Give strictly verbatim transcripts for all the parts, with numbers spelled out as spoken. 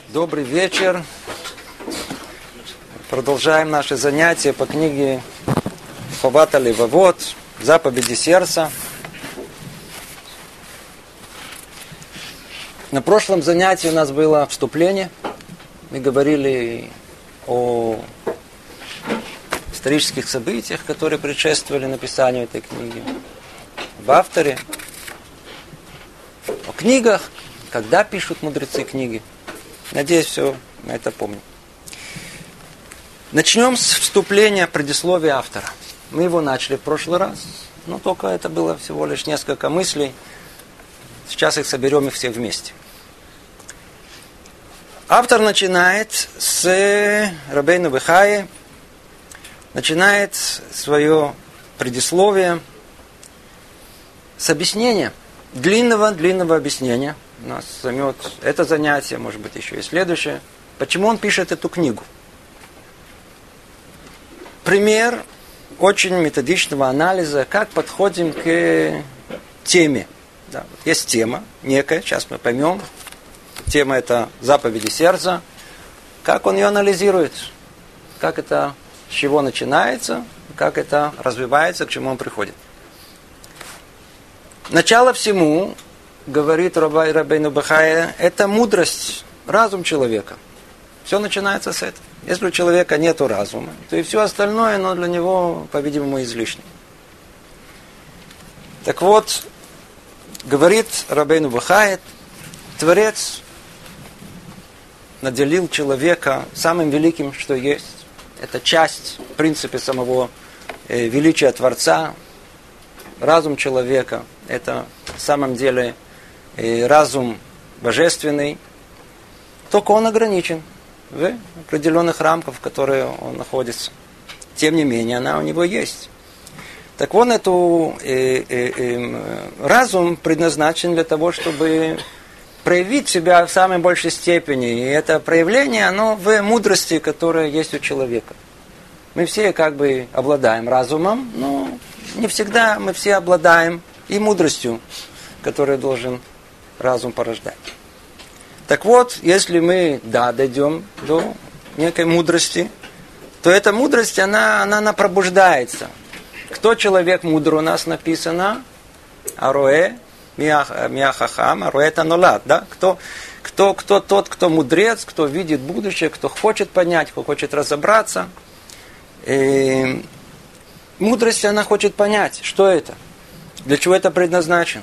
Добрый вечер. Продолжаем наши занятия по книге Ховат Алевавот, Заповеди сердца. На прошлом занятии у нас было вступление. Мы говорили о исторических событиях, которые предшествовали написанию этой книги. В авторе. О книгах, когда пишут мудрецы книги. Надеюсь, все мы это помним. Начнем с вступления, предисловия автора. Мы его начали в прошлый раз, но только это было всего лишь несколько мыслей. Сейчас их соберем их все вместе. Автор начинает с Рабейну Бехаи, начинает свое предисловие с объяснения, длинного-длинного объяснения. У нас займет это занятие, может быть, еще и следующее. Почему он пишет эту книгу? Пример очень методичного анализа, как подходим к теме. Да, вот есть тема некая, сейчас мы поймем. Тема это заповеди сердца. Как он ее анализирует? Как это, с чего начинается, как это развивается, к чему он приходит. Начало всему, говорит Рабай Рабейну Бехая, это мудрость, разум человека. Все начинается с этого. Если у человека нет разума, то и все остальное, но для него, по-видимому, излишне. Так вот, говорит Рабейну Бехая, Творец наделил человека самым великим, что есть. Это часть, в принципе, самого э, величия Творца. Разум человека – это в самом деле э, разум божественный. Только он ограничен в определенных рамках, в которые он находится. Тем не менее, она у него есть. Так вот, эту, э, э, э, разум предназначен для того, чтобы проявить себя в самой большей степени. И это проявление, оно в мудрости, которая есть у человека. Мы все как бы обладаем разумом, но не всегда мы все обладаем и мудростью, которую должен разум порождать. Так вот, если мы, да, дойдем до некой мудрости, то эта мудрость, она, она, она пробуждается. Кто человек мудрый, у нас написано? Ароэ, миахахам, ароэ это нолад, да? Кто, кто, кто тот, кто мудрец, кто видит будущее, кто хочет понять, кто хочет разобраться. И мудрость, она хочет понять, что это, для чего это предназначено,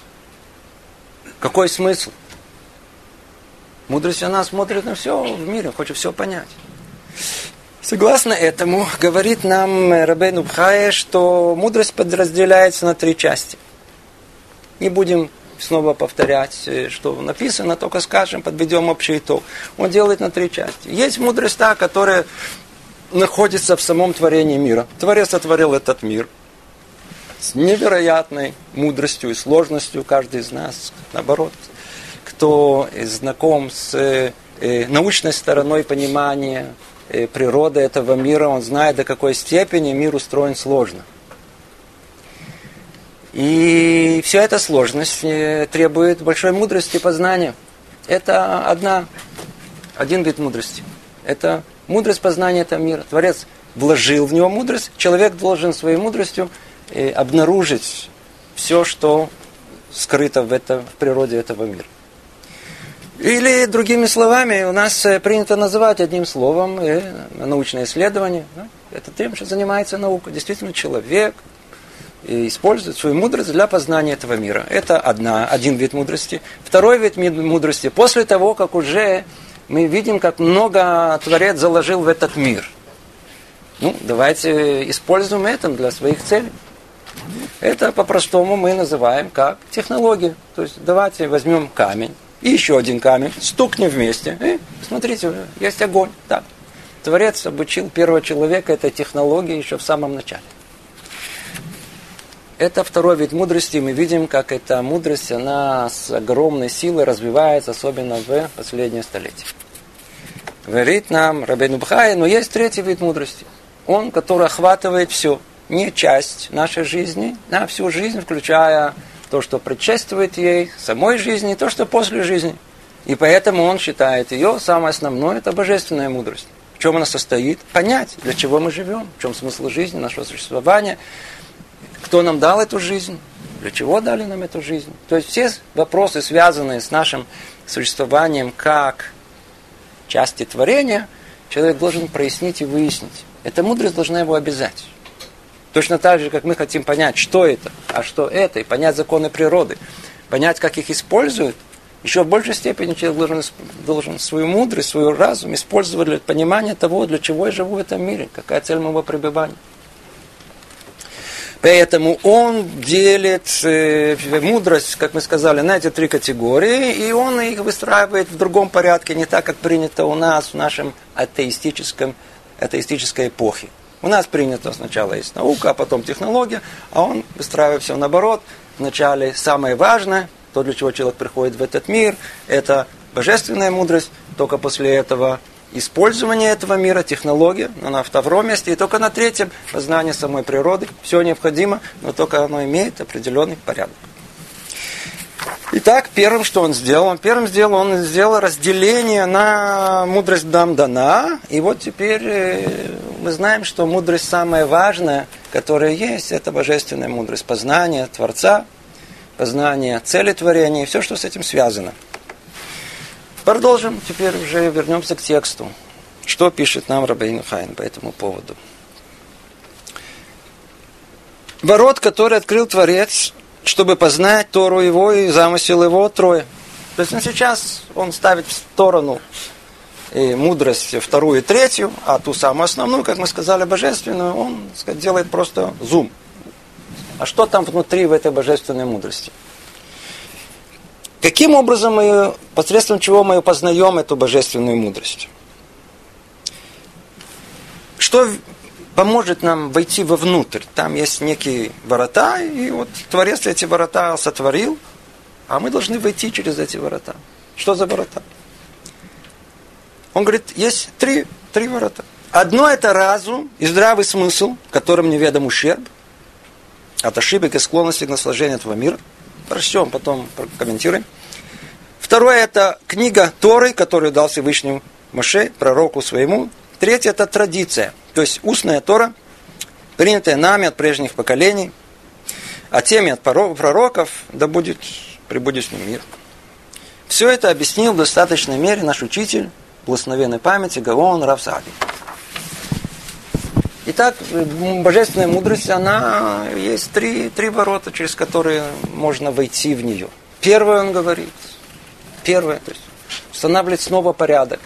какой смысл. Мудрость, она смотрит на все в мире, хочет все понять. Согласно этому, говорит нам Рабейну Бехая, что мудрость подразделяется на три части. Не будем снова повторять, что написано, только скажем, подведем общий итог. Он делает на три части. Есть мудрость та, которая находится в самом творении мира. Творец сотворил этот мир с невероятной мудростью и сложностью. Каждый из нас, наоборот, кто знаком с э, научной стороной понимания э, природы этого мира, он знает, до какой степени мир устроен сложно. И вся эта сложность э, требует большой мудрости и познания. Это одна, один вид мудрости. Это мудрость познания этого мира. Творец вложил в него мудрость. Человек должен своей мудростью э, обнаружить все, что скрыто в, это, в природе этого мира. Или, другими словами, у нас принято называть одним словом э, научное исследование. Да? Это тем, что занимается наука. Действительно, человек использует свою мудрость для познания этого мира. Это одна, один вид мудрости. Второй вид мудрости, после того, как уже мы видим, как много Творец заложил в этот мир. Ну, давайте используем это для своих целей. Это по-простому мы называем как технология. То есть давайте возьмем камень. И еще один камень, стукнем вместе. И, смотрите, есть огонь. Так. Творец обучил первого человека этой технологии еще в самом начале. Это второй вид мудрости. Мы видим, как эта мудрость, она с огромной силой развивается, особенно в последнее столетие. Говорит нам Рабейну Бехая, но есть третий вид мудрости. Он, который охватывает все. Не часть нашей жизни, а всю жизнь, включая то, что предшествует ей, самой жизни, и то, что после жизни. И поэтому он считает ее самой основной, это божественная мудрость. В чем она состоит? Понять, для чего мы живем, в чем смысл жизни, нашего существования, кто нам дал эту жизнь, для чего дали нам эту жизнь. То есть все вопросы, связанные с нашим существованием как части творения, человек должен прояснить и выяснить. Эта мудрость должна его обязать. Точно так же, как мы хотим понять, что это, а что это, и понять законы природы, понять, как их используют, еще в большей степени человек должен, должен свою мудрость, свой разум использовать для понимания того, для чего я живу в этом мире, какая цель моего пребывания. Поэтому он делит э, мудрость, как мы сказали, на эти три категории, и он их выстраивает в другом порядке, не так, как принято у нас в нашем атеистическом, атеистической эпохе. У нас принято сначала есть наука, а потом технология, а он выстраивает все наоборот. Вначале самое важное, то, для чего человек приходит в этот мир, это божественная мудрость, только после этого использование этого мира, технология, она на втором месте, и только на третьем познание самой природы. Все необходимо, но только оно имеет определенный порядок. Итак, первым, что он сделал, он первым сделал, он сделал разделение на мудрость нам дана, и вот теперь мы знаем, что мудрость самая важная, которая есть, это божественная мудрость, познание Творца, познание цели творения и все, что с этим связано. Продолжим, теперь уже вернемся к тексту. Что пишет нам Рабейну Хаим по этому поводу? Ворот, который открыл Творец, чтобы познать Тору его и замысел его, трое. То есть он сейчас он ставит в сторону и мудрость вторую и третью, а ту самую основную, как мы сказали, божественную, он, так сказать, делает просто зум. А что там внутри в этой божественной мудрости? Каким образом мы, посредством чего мы познаем эту божественную мудрость? Что поможет нам войти вовнутрь? Там есть некие ворота, и вот Творец эти ворота сотворил, а мы должны войти через эти ворота. Что за ворота? Он говорит, есть три, три ворота. Одно это разум и здравый смысл, которым неведом ущерб от ошибок и склонности к наслаждению этого мира. Прочтем, потом прокомментируем. Второе это книга Торы, которую дал Всевышний Моше, пророку своему. Третье это традиция, то есть устная Тора, принятая нами от прежних поколений, от теми от пророков, да будет, пребудет с ним мир. Все это объяснил в достаточной мере наш учитель благословенной памяти Гаон Рав Саади. Итак, божественная мудрость, она есть три, три ворота, через которые можно войти в нее. Первое, он говорит, первое, то есть устанавливать снова порядок.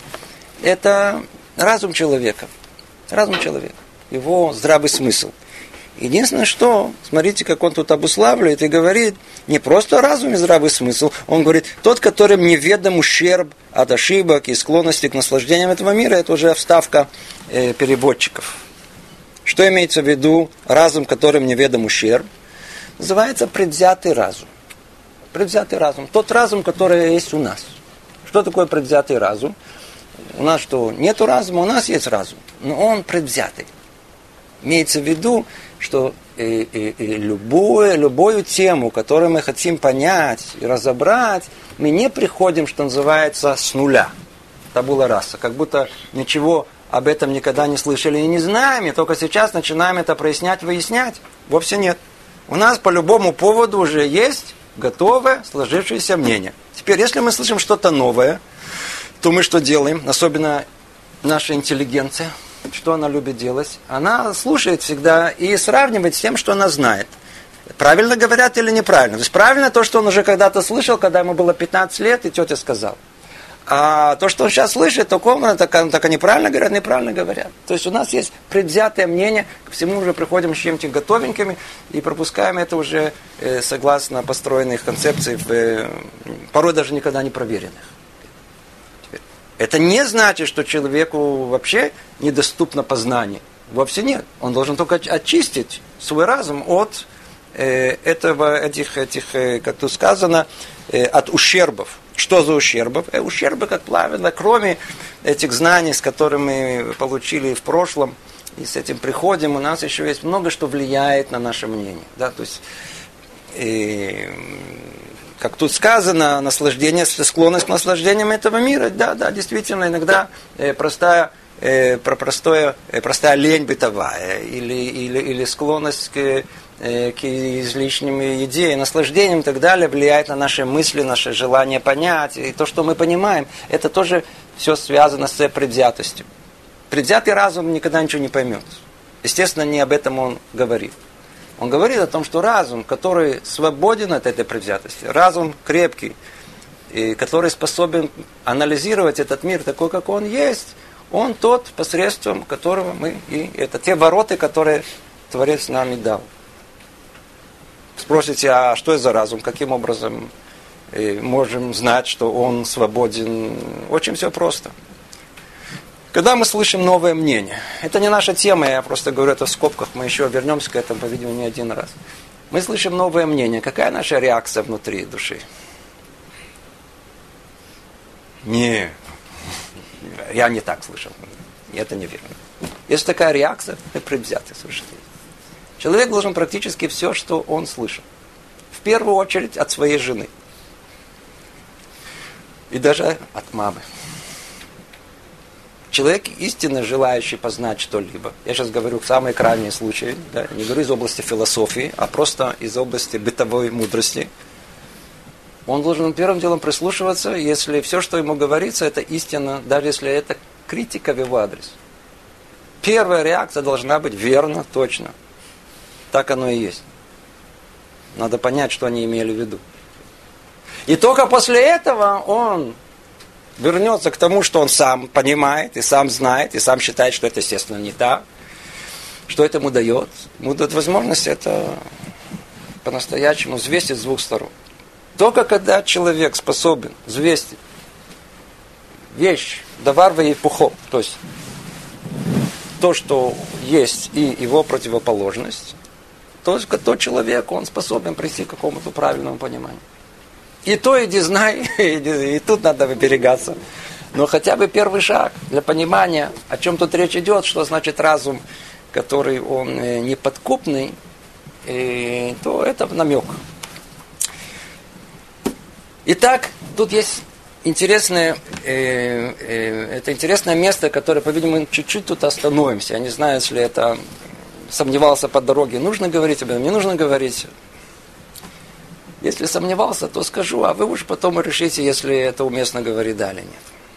Это разум человека. Разум человека. Его здравый смысл. Единственное, что, смотрите, как он тут обуславливает и говорит, не просто разум и здравый смысл, он говорит, тот, которым неведом ущерб от ошибок и склонности к наслаждениям этого мира, это уже вставка э, переводчиков. Что имеется в виду разум, которым неведом ущерб? Называется предвзятый разум. Предвзятый разум. Тот разум, который есть у нас. Что такое предвзятый разум? У нас что, нету разума, у нас есть разум. Но он предвзятый. Имеется в виду, что и, и, и любую, любую тему, которую мы хотим понять и разобрать, мы не приходим, что называется, с нуля. Табула раса. Как будто ничего об этом никогда не слышали и не знаем, и только сейчас начинаем это прояснять, выяснять. Вовсе нет. У нас по любому поводу уже есть готовое сложившееся мнение. Теперь, если мы слышим что-то новое, то мы что делаем? Особенно наша интеллигенция. Что она любит делать? Она слушает всегда и сравнивает с тем, что она знает. Правильно говорят или неправильно? То есть правильно то, что он уже когда-то слышал, когда ему было пятнадцать лет, и тетя сказала. А то, что он сейчас слышит, то комната, так, так они правильно говорят, неправильно говорят. То есть у нас есть предвзятое мнение, ко всему уже приходим с чем-то готовенькими и пропускаем это уже э, согласно построенных концепций, э, порой даже никогда не проверенных. Теперь, это не значит, что человеку вообще недоступно познание. Вовсе нет. Он должен только очистить свой разум от э, этого, этих, этих э, как тут сказано, э, от ущербов. Что за ущербы? Э, ущербы, как правило, кроме этих знаний, с которыми мы получили в прошлом, и с этим приходим, у нас еще есть много, что влияет на наше мнение. Да? То есть, э, как тут сказано, наслаждение, склонность к наслаждениям этого мира. Да, да, действительно, иногда э, простая, э, простое, э, простая лень бытовая или, или, или склонность к, э, к излишним идеям, наслаждениям и так далее влияет на наши мысли, наше желание понять. И то, что мы понимаем, это тоже все связано с предвзятостью. Предвзятый разум никогда ничего не поймет. Естественно, не об этом он говорит. Он говорит о том, что разум, который свободен от этой предвзятости, разум крепкий, и который способен анализировать этот мир такой, как он есть, он тот, посредством которого мы и это те ворота, которые Творец нам и дал. Спросите, а что это за разум? Каким образом можем знать, что он свободен? Очень все просто. Когда мы слышим новое мнение, это не наша тема, я просто говорю это в скобках, мы еще вернемся к этому, по-видимому, не один раз. Мы слышим новое мнение, какая наша реакция внутри души? Не, я не так слышал, это неверно. Есть такая реакция, мы предвзяты совершенно. Человек должен практически все, что он слышал. В первую очередь от своей жены. И даже от мамы. Человек, истинно желающий познать что-либо, я сейчас говорю самые крайние случаи, да, не говорю из области философии, а просто из области бытовой мудрости, он должен первым делом прислушиваться, если все, что ему говорится, это истина, даже если это критика в его адрес. Первая реакция должна быть верно, точно. Так оно и есть. Надо понять, что они имели в виду. И только после этого он вернется к тому, что он сам понимает, и сам знает, и сам считает, что это, естественно, не так. Что это ему дает? Ему дает возможность это по-настоящему взвесить с двух сторон. Только когда человек способен взвесить вещь, давар во епухо, то есть то, что есть, и его противоположность, только тот человек, он способен прийти к какому-то правильному пониманию. И то иди знай, и, и тут надо выберегаться. Но хотя бы первый шаг для понимания, о чем тут речь идет, что значит разум, который он неподкупный, и, то это намек. Итак, тут есть интересное, э, э, это интересное место, которое, по-видимому, чуть-чуть тут остановимся. Я не знаю, если это сомневался по дороге, нужно говорить об этом, не нужно говорить. Если сомневался, то скажу, а вы уж потом решите, если это уместно говорить, да или нет.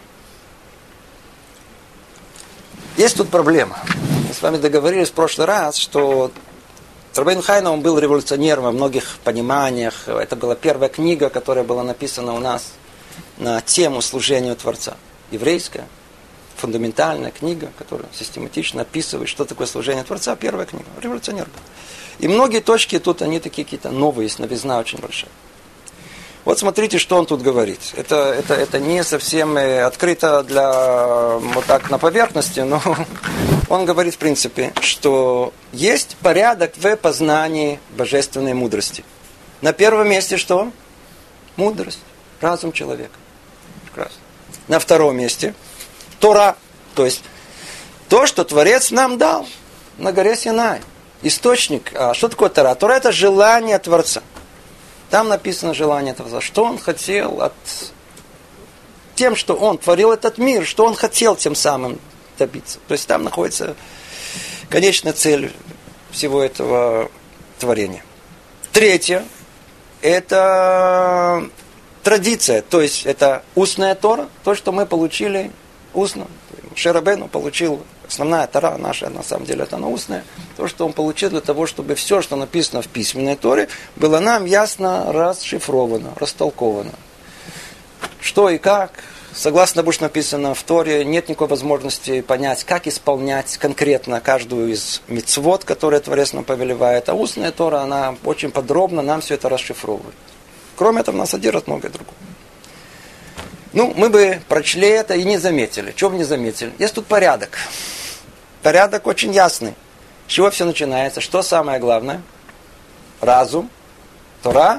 Есть тут проблема. Мы с вами договорились в прошлый раз, что Рабейну Хайну, он был революционером во многих пониманиях. Это была первая книга, которая была написана у нас на тему служения Творца. Еврейская, фундаментальная книга, которая систематично описывает, что такое служение Творца. Первая книга. Революционер был. И многие точки тут, они такие какие-то новые, есть новизна очень большая. Вот смотрите, что он тут говорит. Это, это, это не совсем открыто для вот так на поверхности, но он говорит в принципе, что есть порядок в познании божественной мудрости. На первом месте что? Мудрость, разум человека. Прекрасно. На втором месте Тора, то есть то, что Творец нам дал на горе Синай. Источник. А что такое Тора? Тора – это желание Творца. Там написано желание Творца. Что он хотел от тем, что он творил этот мир, что он хотел тем самым добиться. То есть там находится конечная цель всего этого творения. Третье – это традиция. То есть это устная Тора, то, что мы получили устно. Моше Рабейну получил. Основная Тора наша, на самом деле, это она устная. То, что он получил для того, чтобы все, что написано в письменной Торе, было нам ясно расшифровано, растолковано. Что и как. Согласно тому, что написано в Торе, нет никакой возможности понять, как исполнять конкретно каждую из мицвот, которые Творец нам повелевает. А устная Тора, она очень подробно нам все это расшифровывает. Кроме этого, она содержит многое другое. Ну, мы бы прочли это и не заметили. Чего бы не заметили? Есть тут порядок. Порядок очень ясный. С чего все начинается? Что самое главное? Разум, Тора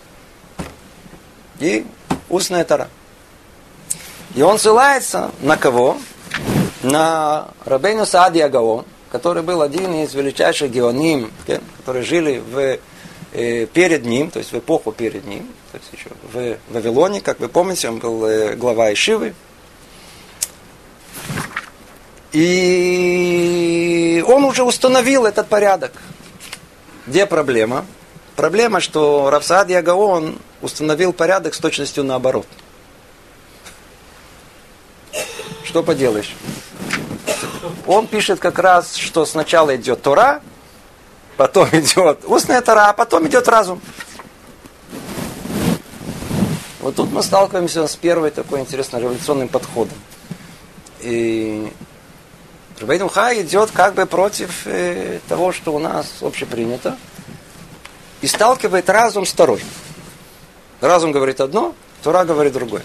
и устная Тора. И он ссылается на кого? На Рабейну Саадия Гаон, который был один из величайших геоним, которые жили в э, перед ним, то есть в эпоху перед ним, то есть еще в Вавилоне, как вы помните, он был э, глава Ишивы. И он уже установил этот порядок. Где проблема? Проблема, что Рав Саадья Гаон установил порядок с точностью наоборот. Что поделаешь? Он пишет как раз, что сначала идет Тора, потом идет устная Тора, а потом идет разум. Вот тут мы сталкиваемся с первой такой интересной революционным подходом. И Рабейну Хай идет как бы против э, того, что у нас общепринято, и сталкивает разум с Торой. Разум говорит одно, Тора говорит другое.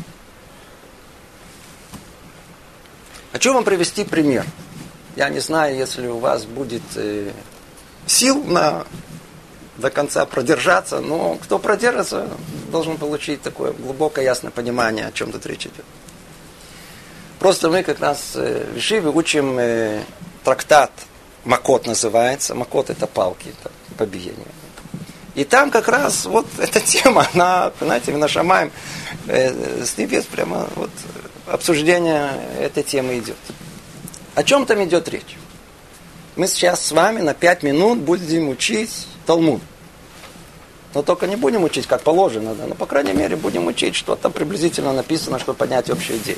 Хочу вам привести пример. Я не знаю, если у вас будет э, сил на, до конца продержаться, но кто продержится, должен получить такое глубокое, ясное понимание, о чем тут речь идет. Просто мы как раз в Ишиве учим э, трактат Макот называется. Макот это палки, это побиение. И там как раз вот эта тема, она, знаете, мы нашамаем э, с небес прямо вот обсуждение этой темы идет. О чем там идет речь? Мы сейчас с вами на пять минут будем учить Талмуд. Но только не будем учить как положено, да, но по крайней мере будем учить, что там приблизительно написано, чтобы понять общую идею.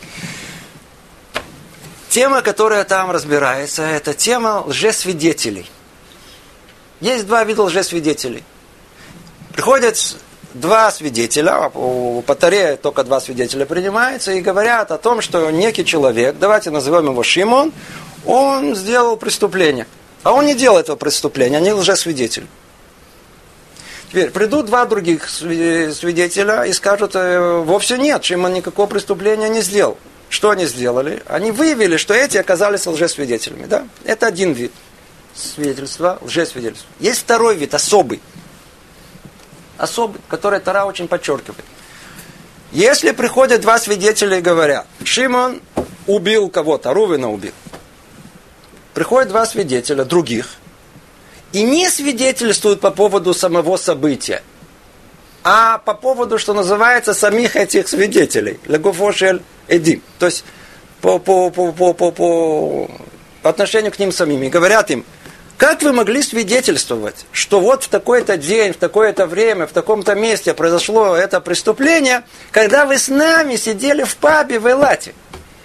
Тема, которая там разбирается, это тема лжесвидетелей. Есть два вида лжесвидетелей. Приходят два свидетеля, по Торе только два свидетеля принимаются, и говорят о том, что некий человек, давайте назовем его Шимон, он сделал преступление. А он не делал этого преступления, они лжесвидетели. Теперь придут два других свидетеля и скажут, вовсе нет, Шимон никакого преступления не сделал. Что они сделали? Они выявили, что эти оказались лжесвидетелями. Да? Это один вид свидетельства, лжесвидетельства. Есть второй вид, особый. Особый, который Тора очень подчеркивает. Если приходят два свидетеля и говорят, Шимон убил кого-то, Рувена убил. Приходят два свидетеля, других, и не свидетельствуют по поводу самого события, а по поводу, что называется, самих этих свидетелей. Легофошель Эдим. То есть по, по, по, по, по, по отношению к ним самим. И говорят им, как вы могли свидетельствовать, что вот в такой-то день, в такое-то время, в таком-то месте произошло это преступление, когда вы с нами сидели в пабе в Элате?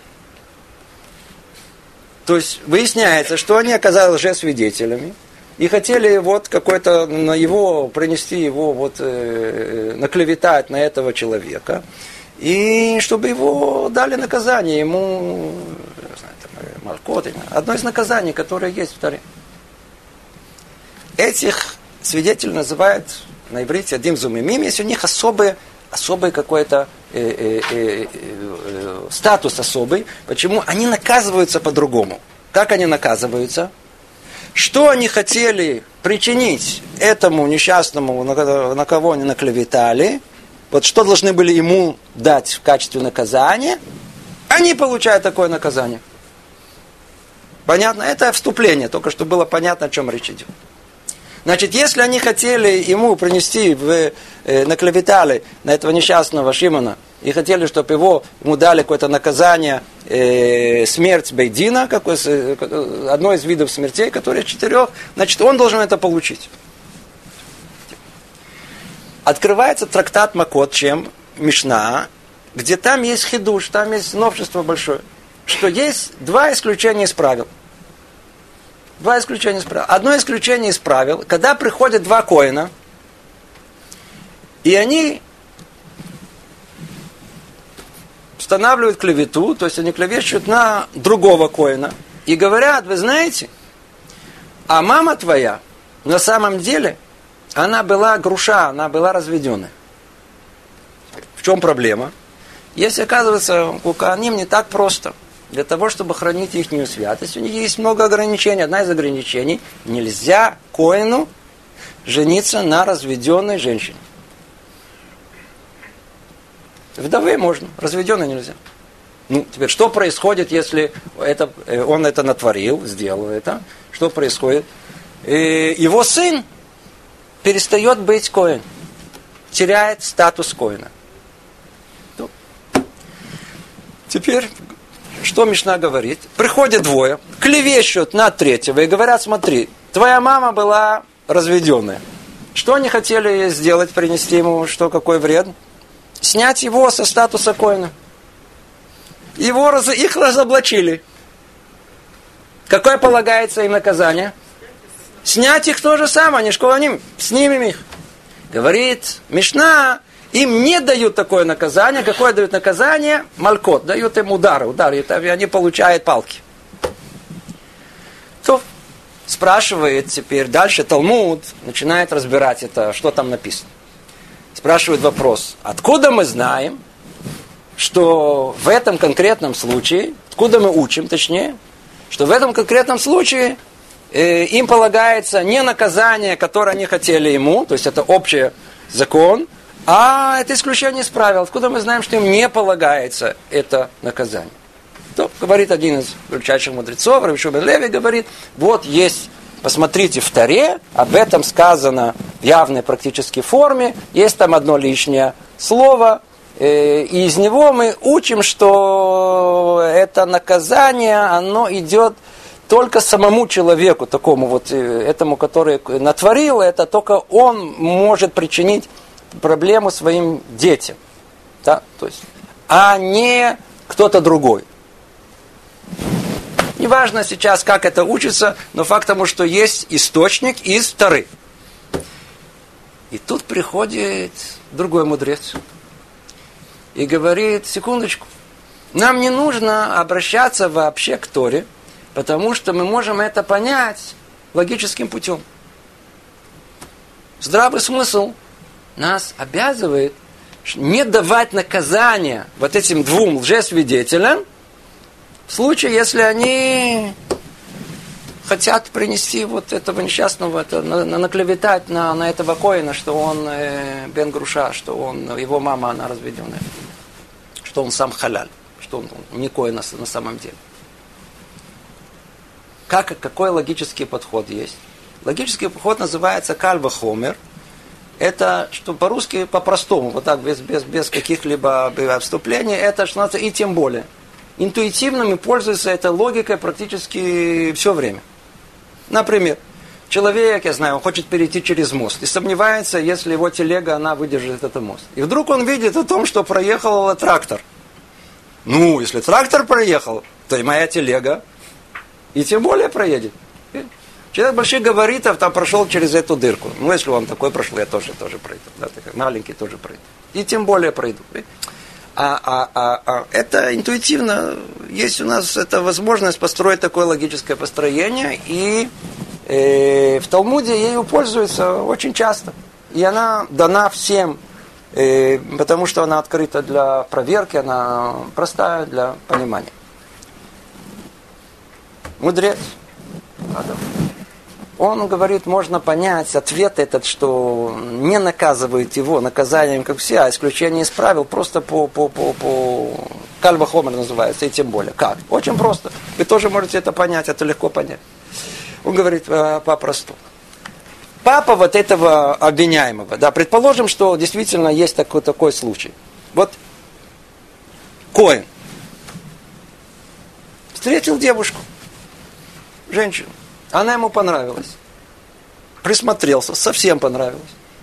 То есть выясняется, что они оказались лжесвидетелями. И хотели вот какой-то на его, принести его, вот, э, наклеветать на этого человека. И чтобы его дали наказание, ему, не знаю, там, малкот, одно из наказаний, которое есть в Торе. Этих свидетелей называют на иврите адим зумимим, есть у них особый, особый какой-то э, э, э, э, статус особый. Почему? Они наказываются по-другому. Как они наказываются? Что они хотели причинить этому несчастному, на кого они наклеветали, вот что должны были ему дать в качестве наказания, они получают такое наказание. Понятно? Это вступление, только чтобы было понятно, о чем речь идет. Значит, если они хотели ему принести, в, э, наклеветали на этого несчастного Шимона, и хотели, чтобы его, ему дали какое-то наказание, э, смерть Бейдина, какой, э, одно из видов смертей, которые четырех, значит, он должен это получить. Открывается трактат Макот, чем Мишна, где там есть хидуш, там есть новшество большое, что есть два исключения из правил. Два исключения из правил. Одно исключение из правил, когда приходят два коэна, и они устанавливают клевету, то есть они клевещут на другого коэна, и говорят, вы знаете, а мама твоя на самом деле, она была груша, она была разведенная. В чем проблема? Если, оказывается, у коаним не так просто. Для того, чтобы хранить их святость, у них есть много ограничений. Одна из ограничений – нельзя коэну жениться на разведенной женщине. Вдове можно, разведенной нельзя. Ну, теперь, что происходит, если это, он это натворил, сделал это? Что происходит? Его сын перестает быть коэн. Теряет статус коэна. Теперь, что Мишна говорит? Приходят двое, клевещут на третьего и говорят: смотри, твоя мама была разведенная. Что они хотели сделать, принести ему, что, какой вред? Снять его со статуса коэна. Его, их разоблачили. Какое полагается им наказание? Снять их то же самое, они школаним, снимем их. Говорит Мишна, им не дают такое наказание. Какое дают наказание? Малькот. Дают им удары, удары, и они получают палки. То спрашивает теперь дальше Талмуд, начинает разбирать это, что там написано. Спрашивает вопрос: откуда мы знаем, что в этом конкретном случае, откуда мы учим, точнее, что в этом конкретном случае э, им полагается не наказание, которое они хотели ему, то есть это общий закон, а это исключение из правил. Откуда мы знаем, что им не полагается это наказание? То, говорит один из величайших мудрецов, Рав Йеhoшуа бен Леви, говорит: вот есть, посмотрите в Торе, об этом сказано в явной практической форме, есть там одно лишнее слово, и из него мы учим, что это наказание, оно идет только самому человеку, такому вот, этому, который натворил это, только он может причинить проблему своим детям. Да? То есть, а не кто-то другой. Неважно сейчас, как это учится, но факт тому, что есть источник из Торы. И тут приходит другой мудрец и говорит: секундочку, нам не нужно обращаться вообще к Торе, потому что мы можем это понять логическим путем. Здравый смысл нас обязывает не давать наказания вот этим двум лжесвидетелям в случае, если они хотят принести вот этого несчастного, это, на, наклеветать на, на этого коэна, что он э, бен груша, что он, его мама, она разведенная, что он сам халяль, что он, он не коэн на, на самом деле. Как, какой логический подход есть? Логический подход называется каль вахомер. Это, что по-русски, по-простому, вот так, без, без, без каких-либо вступлений, это что называется и тем более. Интуитивно пользуются этой логикой практически все время. Например, человек, я знаю, он хочет перейти через мост и сомневается, если его телега, она выдержит этот мост. И вдруг он видит о том, что проехал трактор. Ну, если трактор проехал, то и моя телега и тем более проедет. Человек больших габаритов там прошел через эту дырку. Ну, если он такой прошел, я тоже, тоже пройду. Да, такой маленький тоже пройду. И тем более пройду. А, а, а, а это интуитивно. Есть у нас эта возможность построить такое логическое построение. И э, в Талмуде ею пользуются очень часто. И она дана всем, э, потому что она открыта для проверки, она простая для понимания. Мудрец Адам. Он говорит, можно понять ответ этот, что не наказывает его наказанием, как все, а исключение из правил, просто по, по, по, по... каль вахомер называется, и тем более. Как? Очень просто. Вы тоже можете это понять, это легко понять. Он говорит попросту. Папа вот этого обвиняемого, да, предположим, что действительно есть такой, такой случай. Вот коэн встретил девушку, женщину. Она ему понравилась. Присмотрелся, совсем понравилась.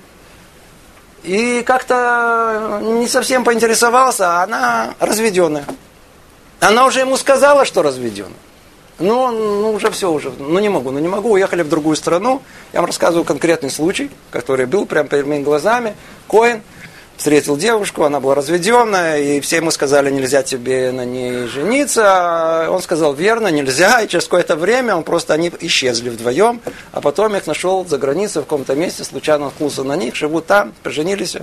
И как-то не совсем поинтересовался, а она разведенная. Она уже ему сказала, что разведенная. Ну, ну, уже все, уже, ну не могу, ну не могу, уехали в другую страну. Я вам рассказываю конкретный случай, который был прямо перед моими глазами. Коэн встретил девушку, она была разведенная, и все ему сказали, нельзя тебе на ней жениться. Он сказал, верно, нельзя, и через какое-то время он просто, они исчезли вдвоем, а потом их нашел за границей в каком-то месте, случайно наткнулся на них, живут там, поженились.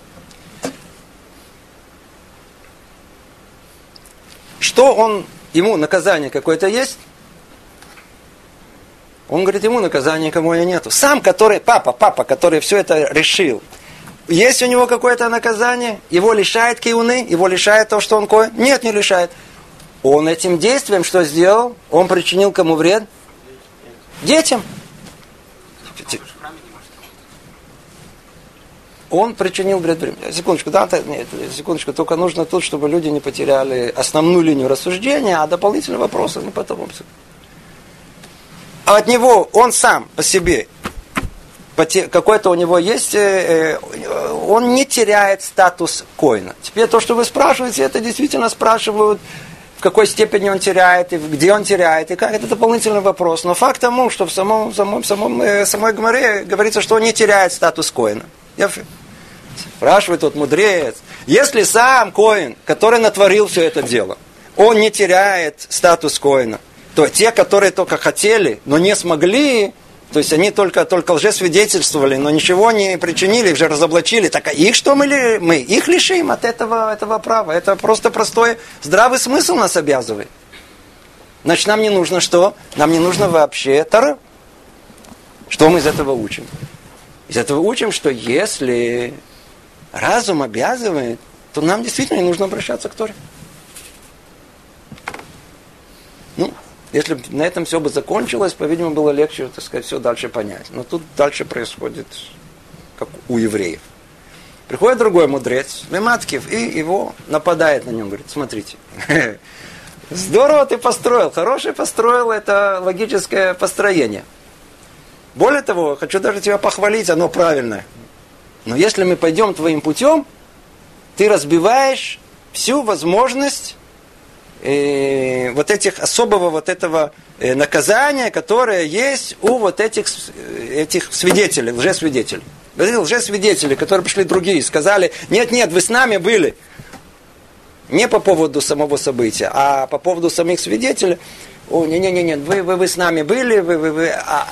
Что он, ему наказание какое-то есть? Он говорит, ему наказания никому и нету. Сам, который, папа, папа, который все это решил, есть у него какое-то наказание? Его лишает киуны? Его лишает то, что он коэн? Нет, не лишает. Он этим действием что сделал? Он причинил кому вред? Детям. он причинил вред времени. Секундочку, да, нет, секундочку, только нужно тут, чтобы люди не потеряли основную линию рассуждения, а дополнительные вопросы мы потом обсудим. А от него, он сам по себе, какой-то у него есть, он не теряет статус коэна. Теперь то, что вы спрашиваете, это действительно спрашивают, в какой степени он теряет, и где он теряет, и как, это дополнительный вопрос. Но факт тому, что в самом, самом, самом, самой Гемаре говорится, что он не теряет статус коэна. Спрашивает тот мудрец, если сам коэн, который натворил все это дело, он не теряет статус коэна, то те, которые только хотели, но не смогли, то есть они только, только лжесвидетельствовали, но ничего не причинили, их же разоблачили, так а их что мы, мы их лишим от этого, этого права? Это просто простой здравый смысл нас обязывает. Значит, нам не нужно что? Нам не нужно вообще Тора. Что мы из этого учим? Из этого учим, что если разум обязывает, то нам действительно не нужно обращаться к Торе. Ну, если бы на этом все бы закончилось, по-видимому, было легче, так сказать, все дальше понять. Но тут дальше происходит, как у евреев. Приходит другой мудрец, Мематкив, и его нападает на нем, говорит, смотрите, здорово ты построил, хороший построил, это логическое построение. Более того, хочу даже тебя похвалить, оно правильное. Но если мы пойдем твоим путем, ты разбиваешь всю возможность э, вот этих особого вот этого э, наказания, которое есть у вот этих, этих свидетелей, лжесвидетелей. Лжесвидетели, которые пришли другие, сказали, нет-нет, вы с нами были. Не по поводу самого события, а по поводу самих свидетелей. О, не-не-не, вы, вы, вы с нами были, вы, вы, вы... А...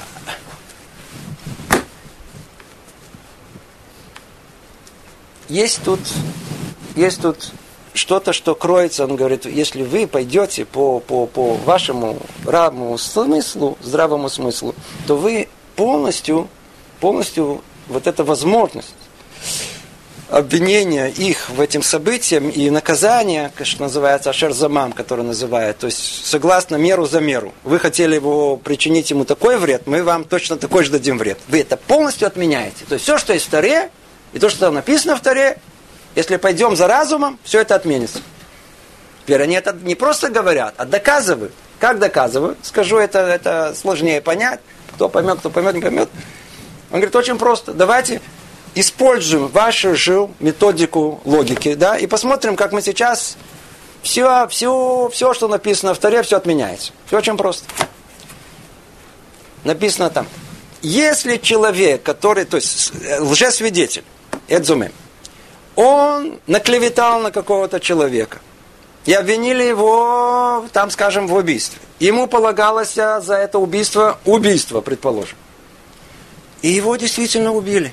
Есть тут, есть тут что-то, что кроется, он говорит, если вы пойдете по, по, по вашему здравому смыслу, здравому смыслу, то вы полностью, полностью вот эта возможность обвинения их в этом событии и наказания, что называется ашер-замам, который называют, то есть согласно меру за меру. Вы хотели его причинить ему такой вред, мы вам точно такой же дадим вред. Вы это полностью отменяете. То есть все, что есть в Торе, и то, что там написано в Торе, если пойдем за разумом, все это отменится. Теперь они это не просто говорят, а доказывают. Как доказывают? Скажу, это, это сложнее понять. Кто поймет, кто поймет, не поймет. Он говорит, очень просто. Давайте используем вашу же методику логики, да, и посмотрим, как мы сейчас все, все, все, что написано в Торе, все отменяется. Все очень просто. Написано там. Если человек, который, то есть лжесвидетель, Эдзуме, он наклеветал на какого-то человека и обвинили его, там, скажем, в убийстве. Ему полагалось за это убийство, убийство, предположим. И его действительно убили.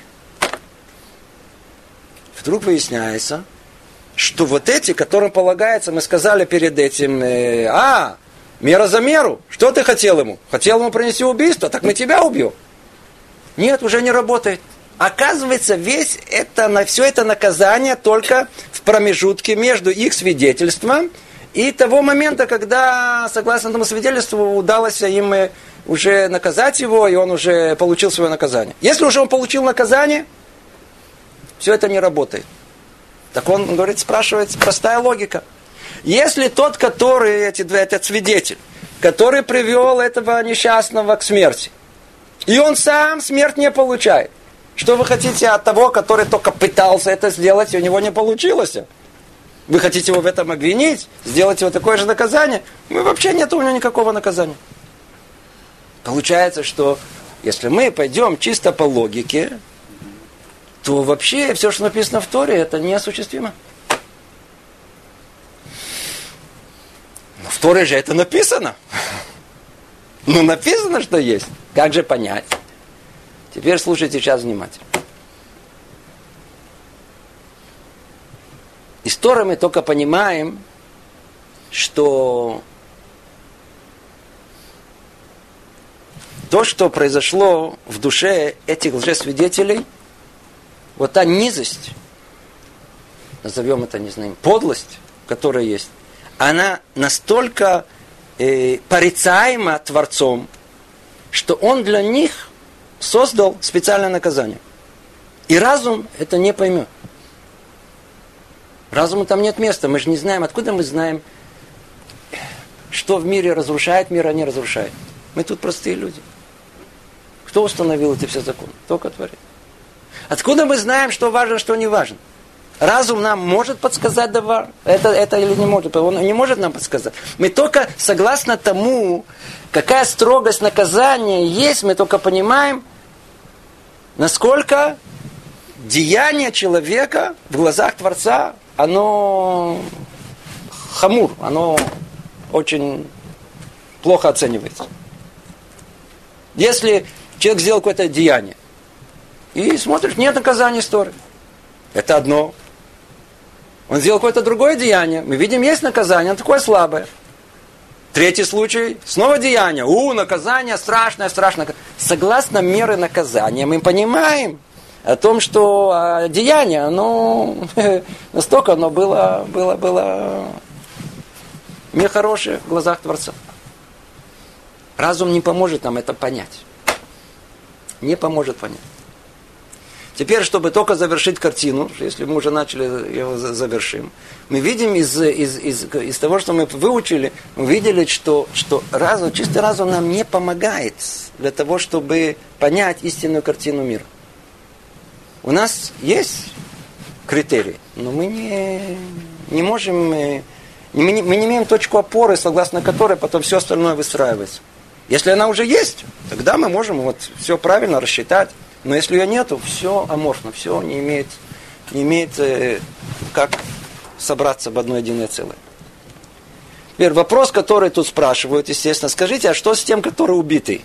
Вдруг выясняется, что вот эти, которым полагается, мы сказали перед этим, э, а, мера за меру, что ты хотел ему? Хотел ему принести убийство, так мы тебя убьем. Нет, уже не работает. Оказывается, весь это, все это наказание только в промежутке между их свидетельством и того момента, когда, согласно этому свидетельству, удалось им уже наказать его, и он уже получил свое наказание. Если уже он получил наказание, все это не работает. Так он, говорит, спрашивает, простая логика. Если тот, который, этот свидетель, который привел этого несчастного к смерти, и он сам смерть не получает, что вы хотите от того, который только пытался это сделать, и у него не получилось? Вы хотите его в этом обвинить? Сделать его такое же наказание? Ну, вообще нет у него никакого наказания. Получается, что если мы пойдем чисто по логике, то вообще все, что написано в Торе, это неосуществимо. Но в Торе же это написано. Ну, написано, что есть. Как же понять? Теперь слушайте сейчас внимательно. Из Торы мы только понимаем, что то, что произошло в душе этих лжесвидетелей, вот та низость, назовем это, не знаю, подлость, которая есть, она настолько э, порицаема Творцом, что Он для них создал специальное наказание. И разум это не поймет. Разуму там нет места. Мы же не знаем, откуда мы знаем, что в мире разрушает мир, а не разрушает. Мы тут простые люди. Кто установил эти все законы? Только Творец. Откуда мы знаем, что важно, что не важно? Разум нам может подсказать, да, это, это или не может? Он не может нам подсказать. Мы только согласно тому, какая строгость наказания есть, мы только понимаем, насколько деяние человека в глазах Творца, оно хамур, оно очень плохо оценивается. Если человек сделал какое-то деяние, и смотришь, нет наказания истории. Это одно. Он сделал какое-то другое деяние. Мы видим, есть наказание, оно такое слабое. Третий случай, снова деяние. У, наказание страшное, страшное. Согласно меры наказания, мы понимаем о том, что деяние, оно настолько оно было, было, было нехорошее в глазах Творца. Разум не поможет нам это понять. Не поможет понять. Теперь, чтобы только завершить картину, если мы уже начали ее завершим, мы видим из, из, из, из того, что мы выучили, мы видели, что, что разум, чистый разум нам не помогает для того, чтобы понять истинную картину мира. У нас есть критерии, но мы не, не можем, мы не, мы не имеем точку опоры, согласно которой потом все остальное выстраивается. Если она уже есть, тогда мы можем вот все правильно рассчитать. Но если ее нету, все аморфно, все не имеет, не имеет э, как собраться в одно единое целое. Теперь вопрос, который тут спрашивают, естественно, скажите, а что с тем, который убитый?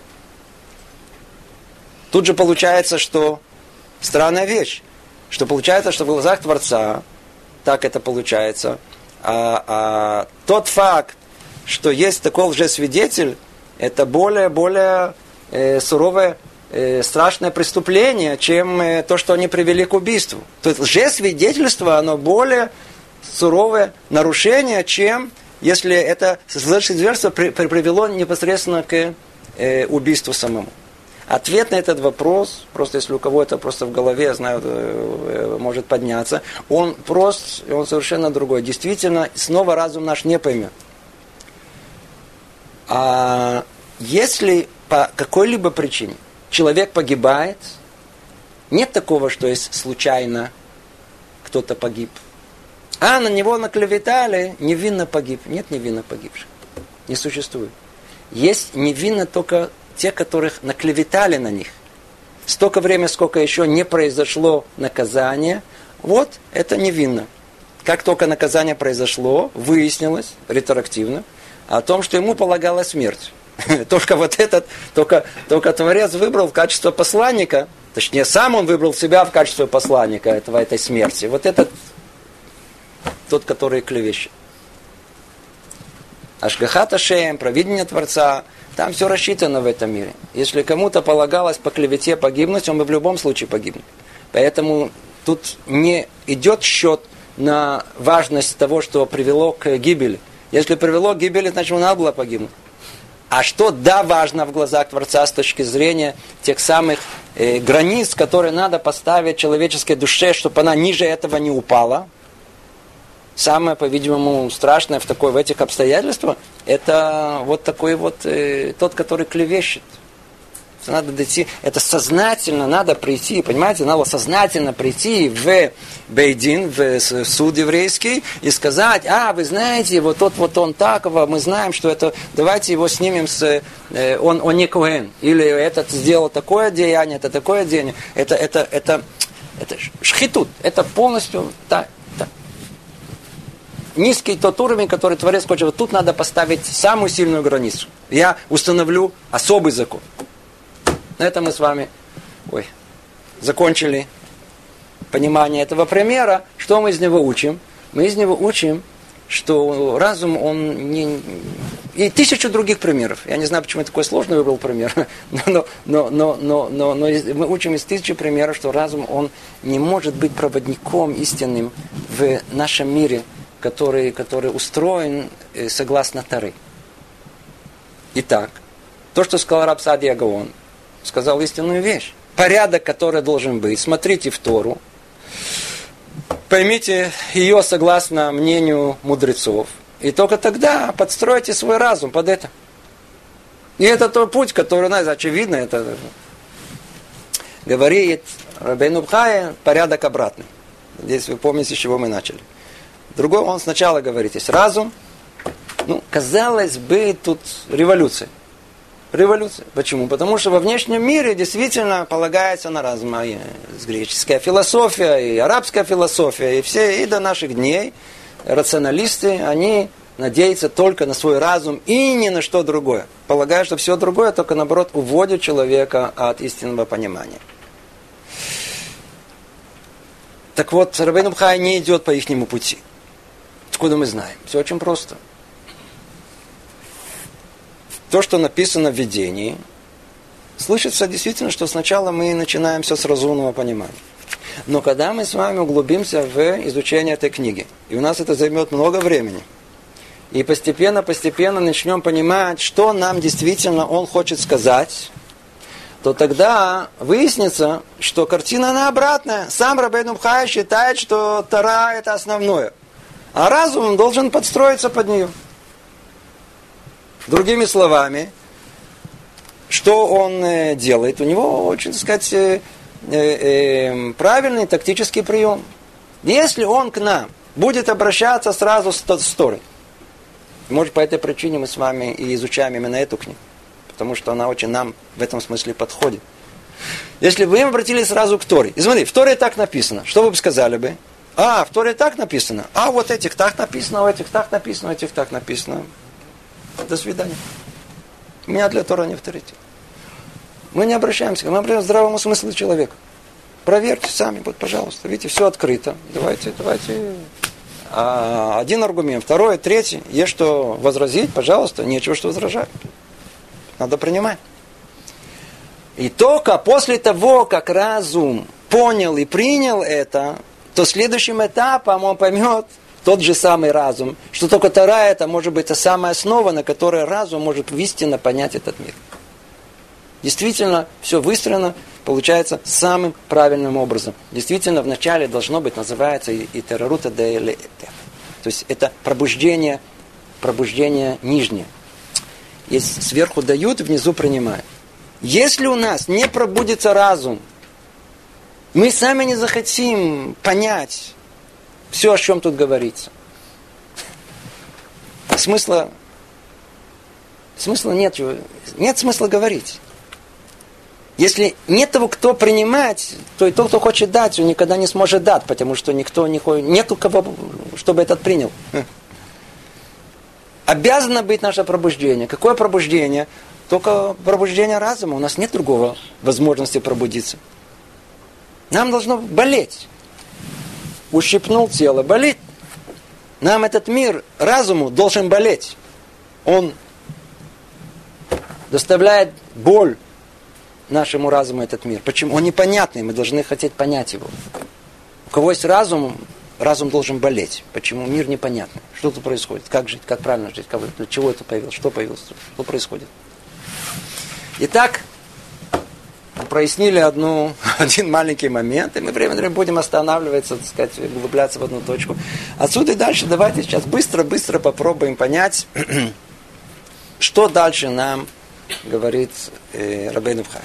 Тут же получается, что странная вещь, что получается, что в глазах Творца, так это получается, а, а тот факт, что есть такой лжесвидетель, это более-более э, суровое страшное преступление, чем то, что они привели к убийству. То есть лжесвидетельство, оно более суровое нарушение, чем если это лжесвидетельство привело непосредственно к убийству самому. Ответ на этот вопрос, просто если у кого это просто в голове, я знаю, может подняться, он прост, он совершенно другой. Действительно, снова разум наш не поймет. А если по какой-либо причине человек погибает, нет такого, что есть случайно кто-то погиб. А на него наклеветали, невинно погиб. Нет невинно погибших. Не существует. Есть невинно только те, которых наклеветали на них. Столько времени, сколько еще не произошло наказание, вот это невинно. Как только наказание произошло, выяснилось ретроактивно о том, что ему полагалась смерть. Только вот этот, только, только Творец выбрал в качестве посланника, точнее, сам он выбрал себя в качестве посланника этого, этой смерти. Вот этот, тот, который клевещет. Ашгахат Ашем, провидение Творца, там все рассчитано в этом мире. Если кому-то полагалось по клевете погибнуть, он бы в любом случае погибнет. Поэтому тут не идет счет на важность того, что привело к гибели. Если привело к гибели, значит, ему надо было погибнуть. А что, да, важно в глазах Творца с точки зрения тех самых э, границ, которые надо поставить человеческой душе, чтобы она ниже этого не упала. Самое, по-видимому, страшное в, такой, в этих обстоятельствах, это вот такой вот э, тот, который клевещет. Надо дойти, это сознательно надо прийти, понимаете, надо сознательно прийти в Бейдин, в суд еврейский и сказать, а, вы знаете, вот тот вот он такого, мы знаем, что это, давайте его снимем с, э, он, он не коэн, или этот сделал такое деяние, это такое деяние, это, это, это, это шхитут, это полностью, да, да. Низкий тот уровень, который Творец хочет, вот тут надо поставить самую сильную границу. Я установлю особый закон. На этом мы с вами ой, закончили понимание этого примера. Что мы из него учим? Мы из него учим, что разум, он не... И тысячу других примеров. Я не знаю, почему я такой сложный выбрал пример. Но, но, но, но, но, но мы учим из тысячи примеров, что разум, он не может быть проводником истинным в нашем мире, который, который устроен согласно Торы. Итак, то, что сказал раб Саадия Гаон, сказал истинную вещь. порядок, который должен быть. Смотрите в Тору. Поймите ее согласно мнению мудрецов. И только тогда подстройте свой разум под это. И это тот путь, который, знаете, очевидно, это говорит Рабейну Бхай, порядок обратный. Здесь вы помните, с чего мы начали. Другой, он сначала говорит, есть разум. Ну, казалось бы, тут революция. Революция. Почему? Потому что во внешнем мире действительно полагается на разум. И греческая философия, и арабская философия, и все, и до наших дней рационалисты, они надеются только на свой разум и ни на что другое. Полагая, что все другое только, наоборот, уводит человека от истинного понимания. Так вот, Рабейну Бхай не идет по ихнему пути. Откуда мы знаем? Все очень просто. То, что написано в видении, слышится действительно, что сначала мы начинаем все с разумного понимания. Но когда мы с вами углубимся в изучение этой книги, и у нас это займет много времени, и постепенно-постепенно начнем понимать, что нам действительно он хочет сказать, то тогда выяснится, что картина она обратная. Сам Рабейну Бхай считает, что Тора это основное, а разум должен подстроиться под нее. Другими словами, что он э, делает? У него очень, так сказать, э, э, правильный тактический прием. Если он к нам будет обращаться сразу с, с Торой, может, по этой причине мы с вами и изучаем именно эту книгу, потому что она очень нам в этом смысле подходит. Если бы вы обратились сразу к Торе, и смотри, в Торе так написано, что вы бы сказали бы? А, в Торе так написано, а вот этих так написано, у этих так написано, у этих так написано. До свидания. У меня для Тора не авторитет. Мы не обращаемся, мы обращаемся к здравому смыслу человека. Проверьте сами, вот, пожалуйста. Видите, все открыто. Давайте, давайте. А один аргумент, второй, третий. Есть что возразить, пожалуйста, нечего что возражать. Надо принимать. И только после того, как разум понял и принял это, то следующим этапом он поймет, тот же самый разум, что только Тора это может быть та самая основа, на которой разум может истинно понять этот мир. Действительно, все выстроено, получается, самым правильным образом. Действительно, вначале должно быть, называется итерарута де элетер. То есть это пробуждение, пробуждение нижнее. Если сверху дают, внизу принимают. Если у нас не пробудится разум, мы сами не захотим понять все, о чем тут говорится. Смысла, смысла нет. Нет смысла говорить. Если нет того, кто принимать, то и тот, кто хочет дать, он никогда не сможет дать, потому что никто не хочет, нету кого, чтобы этот принял. Обязано быть наше пробуждение. Какое пробуждение? Только пробуждение разума. У нас нет другого возможности пробудиться. Нам должно болеть. Ущипнул тело, болит. Нам этот мир, разуму, должен болеть. Он доставляет боль нашему разуму, этот мир. Почему? Он непонятный, мы должны хотеть понять его. У кого есть разум, разум должен болеть. Почему? Мир непонятный. Что тут происходит? Как жить? Как правильно жить? Как, для чего это появилось? Что появилось? Что происходит? Итак, прояснили одну, один маленький момент, и мы время время будем останавливаться, так сказать, углубляться в одну точку. Отсюда и дальше давайте сейчас быстро-быстро попробуем понять, что дальше нам говорит э, Рабейну Бхай.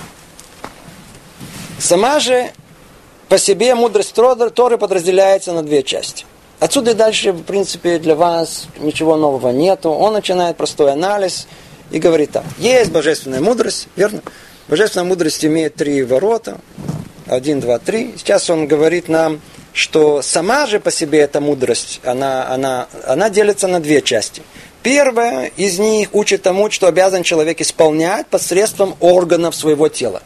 Сама же по себе мудрость Торы подразделяется на две части. Отсюда и дальше, в принципе, для вас ничего нового нету. Он начинает простой анализ и говорит так. Есть божественная мудрость, верно? Божественная мудрость имеет три ворота. Один, два, три. Сейчас он говорит нам, что сама же по себе эта мудрость, она, она, она делится на две части. Первая из них учит тому, что обязан человек исполнять посредством органов своего тела.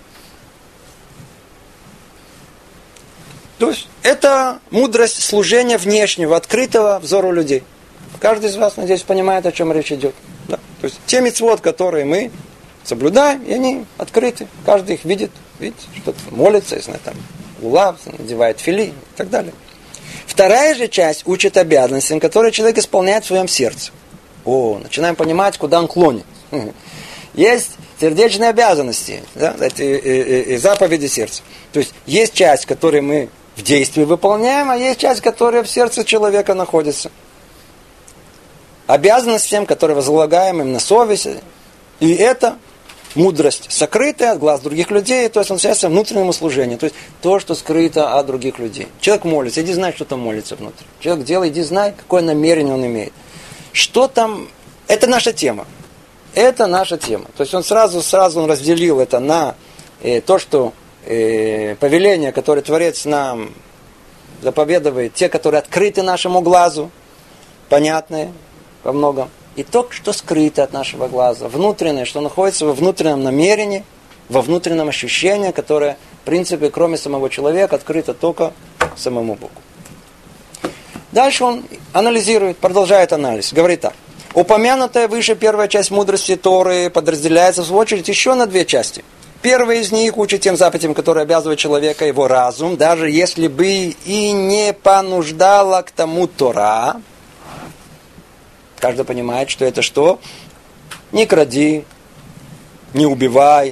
То есть это мудрость служения внешнего, открытого взору людей. Каждый из вас, надеюсь, понимает, о чем речь идет. Да? То есть те мицвот, которые мы соблюдаем, и они открыты. Каждый их видит, видит, что-то молится, если там улав, надевает фили и так далее. Вторая же часть учит обязанностям, которые человек исполняет в своем сердце. О, начинаем понимать, куда он клонит. Есть сердечные обязанности, да, эти, э, э, заповеди сердца. То есть есть часть, которую мы в действии выполняем, а есть часть, которая в сердце человека находится. Обязанностям, которые возлагаем им на совесть. И это мудрость, сокрытая от глаз других людей, то есть он связывается внутреннему служению. То есть то, что скрыто от других людей. Человек молится, иди знай, что там молится внутри. Человек делает, иди знай, какое намерение он имеет. Что там, это наша тема. Это наша тема. То есть он сразу, сразу он разделил это на э, то, что э, повеление, которое Творец нам заповедует, те, которые открыты нашему глазу, понятные во многом, и то, что скрыто от нашего глаза, внутреннее, что находится во внутреннем намерении, во внутреннем ощущении, которое, в принципе, кроме самого человека, открыто только самому Богу. Дальше он анализирует, продолжает анализ, говорит так. Упомянутая выше первая часть мудрости Торы подразделяется, в свою очередь, еще на две части. Первая из них учит тем заповедям, которые обязывают человека его разум, даже если бы и не понуждала к тому Тора. Каждый понимает, что это что? Не кради, не убивай.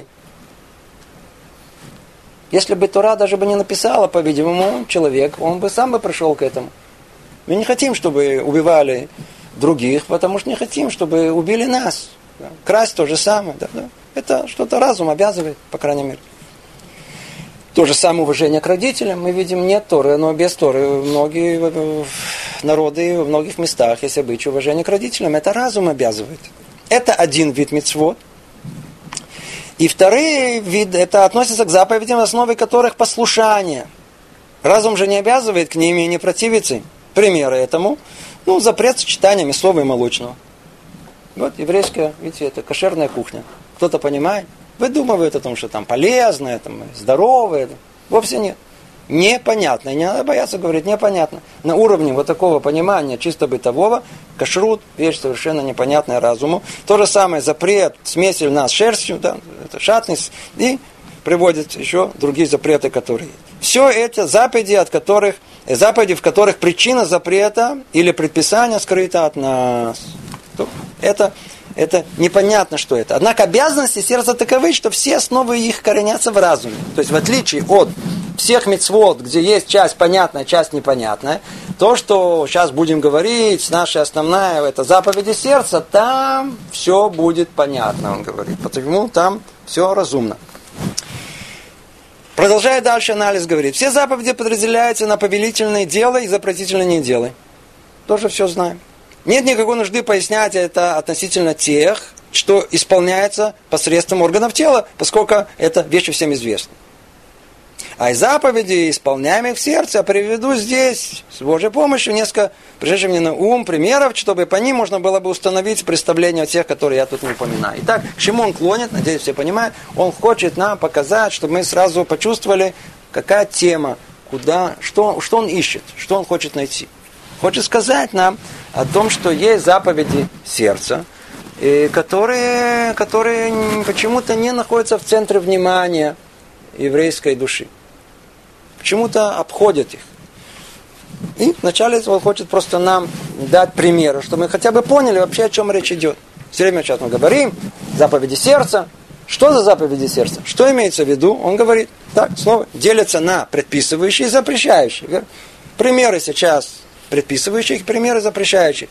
Если бы Тора даже бы не написала, по-видимому, человек, он бы сам бы пришел к этому. Мы не хотим, чтобы убивали других, потому что не хотим, чтобы убили нас. Красть то же самое. Да, да. Это что-то разум обязывает, по крайней мере. То же самое уважение к родителям. Мы видим, нет Торы, но без Торы многие народы в многих местах есть обычай уважения к родителям. Это разум обязывает. Это один вид мицвот. И второй вид, это относится к заповедям, в основе которых послушание. Разум же не обязывает к ним и не противится им. Примеры этому, ну, запрет сочетания мясного и молочного. Вот еврейская, видите, это кошерная кухня. Кто-то понимает? Выдумывает о том, что там полезное, там, здоровое. Вовсе нет. Непонятно. Не надо бояться говорить, непонятно. На уровне вот такого понимания чисто бытового, кашрут, вещь совершенно непонятная разуму. То же самое запрет смеси льна с шерстью, да, это шатность, и приводит еще другие запреты, которые есть. Все это заповеди, от которых, заповеди, в которых причина запрета или предписания скрыта от нас. Это, это непонятно, что это. Однако обязанности сердца таковы, что все основы их коренятся в разуме. То есть в отличие от всех мицвот, где есть часть понятная, часть непонятная, то, что сейчас будем говорить, наша основная, это заповеди сердца, там все будет понятно, он говорит. Потому там все разумно. Продолжая дальше анализ, говорит, все заповеди подразделяются на повелительные дела и запретительные не делай. Тоже все знаем. Нет никакой нужды пояснять это относительно тех, что исполняется посредством органов тела, поскольку это вещи всем известны. А из заповедей, исполняемых в сердце, я приведу здесь, с Божьей помощью, несколько пришедших мне на ум примеров, чтобы по ним можно было бы установить представление о тех, которые я тут не упоминаю. Итак, к чему он клонит, надеюсь, все понимают, он хочет нам показать, чтобы мы сразу почувствовали, какая тема, куда, что, что он ищет, что он хочет найти. Хочет сказать нам о том, что есть заповеди сердца, которые, которые почему-то не находятся в центре внимания еврейской души. Почему-то обходят их. И вначале он хочет просто нам дать примеры, чтобы мы хотя бы поняли вообще, о чем речь идет. Все время сейчас мы говорим, заповеди сердца. Что за заповеди сердца? Что имеется в виду? Он говорит, так, снова делятся на предписывающие и запрещающие. Примеры сейчас предписывающих, примеры запрещающих.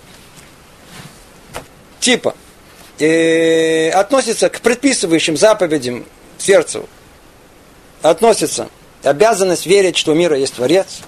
Типа, э, относится к предписывающим заповедям сердцу, относится обязанность верить, что у мира есть Творец,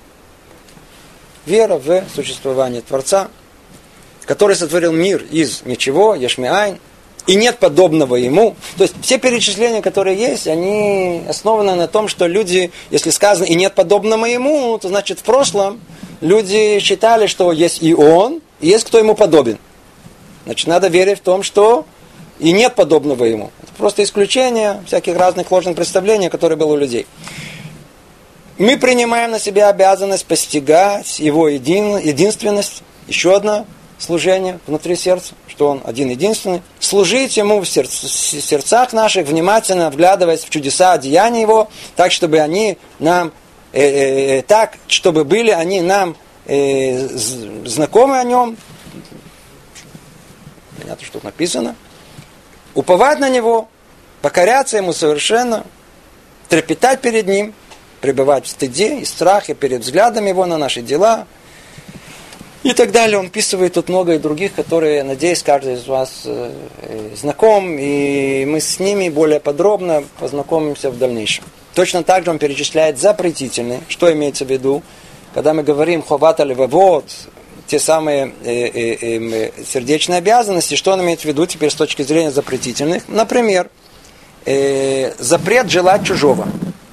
вера в существование Творца, который сотворил мир из ничего, ешмиайн, и нет подобного ему. То есть все перечисления, которые есть, они основаны на том, что люди, если сказано «и нет подобного ему», то значит в прошлом люди считали, что есть и он, и есть кто ему подобен. Значит, надо верить в том, что и нет подобного ему. Это просто исключение всяких разных ложных представлений, которые были у людей. Мы принимаем на себя обязанность постигать его един, единственность. Еще одно служение внутри сердца, что он один единственный. Служить ему в сердце, сердцах наших, внимательно вглядываясь в чудеса деяния его, так, чтобы они нам, э, э, так, чтобы были они нам э, знакомы о нем. Понятно, что тут написано. Уповать на него, покоряться ему совершенно, трепетать перед ним, пребывать в стыде и страхе перед взглядом его на наши дела и так далее. Он описывает тут много и других, которые, надеюсь, каждый из вас э, э, знаком, и мы с ними более подробно познакомимся в дальнейшем. Точно так же он перечисляет запретительные, что имеется в виду, когда мы говорим «ховат аль-вавот», те самые э, э, э, сердечные обязанности, что он имеет в виду теперь с точки зрения запретительных. Например, э, запрет желать чужого.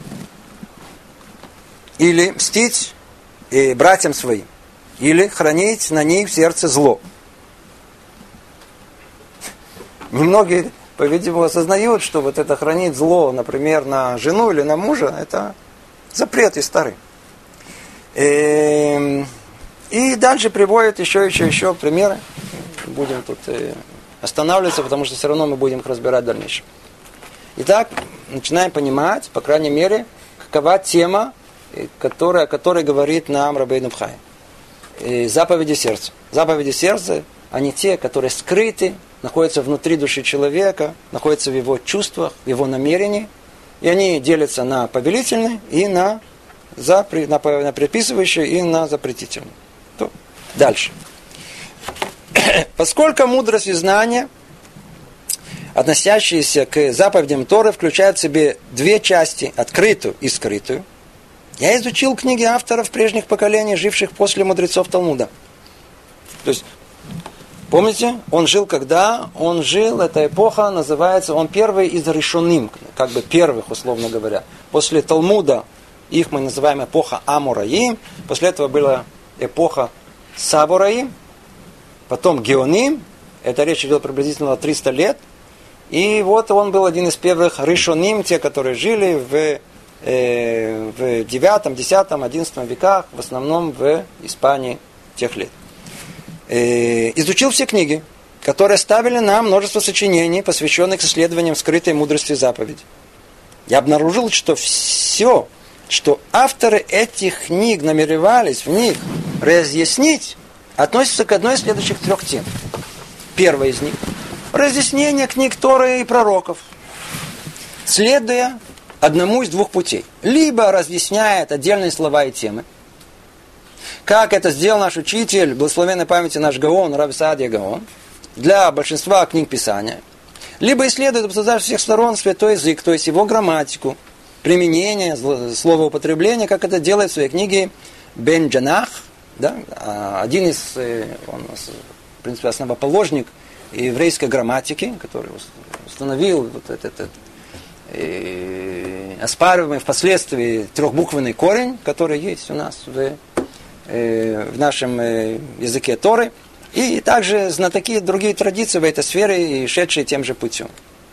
Или мстить э, братьям своим. Или хранить на них в сердце зло. Немногие, по-видимому, осознают, что вот это хранить зло, например, на жену или на мужа, это запрет и старый. Э, И дальше приводят еще, еще, еще примеры. Будем тут останавливаться, потому что все равно мы будем их разбирать в дальнейшем. Итак, начинаем понимать, по крайней мере, какова тема, которая, о которой говорит нам Рабейну Бхай. Заповеди сердца. Заповеди сердца, они те, которые скрыты, находятся внутри души человека, находятся в его чувствах, в его намерении. И они делятся на повелительные и на, запре, на, на предписывающие и на запретительные. Дальше. Поскольку мудрость и знание, относящиеся к заповедям Торы, включают в себе две части, открытую и скрытую, я изучил книги авторов прежних поколений, живших после мудрецов Талмуда. То есть, помните, он жил когда? Он жил, эта эпоха называется, он первый из решоним, как бы первых, условно говоря. После Талмуда их мы называем эпоха Амураим, после этого была эпоха Сабураим, потом Геоним, это речь идет приблизительно триста лет, и вот он был один из первых Ришоним, те, которые жили в, э, в девятом, десятом, одиннадцатом веках, в основном в Испании тех лет. Э, изучил все книги, которые ставили нам множество сочинений, посвященных исследованиям скрытой мудрости заповедей. Я обнаружил, что все, что авторы этих книг намеревались в них разъяснить, относится к одной из следующих трех тем. Первая из них – разъяснение книг Торы и пророков, следуя одному из двух путей. Либо разъясняет отдельные слова и темы, как это сделал наш учитель, благословенной памяти наш Гаон, Рав Саадья Гаон, для большинства книг Писания, либо исследует, обсуждая со всех сторон святой язык, то есть его грамматику, применение, словоупотребление, как это делает в своей книге Бен Джанах, да? Один из, он, в принципе, основоположник еврейской грамматики, который установил вот этот, этот э, оспариваемый впоследствии трехбуквенный корень, который есть у нас в, э, в нашем э, языке Торы, и также знатоки другие традиции в этой сфере, и шедшие тем же путем.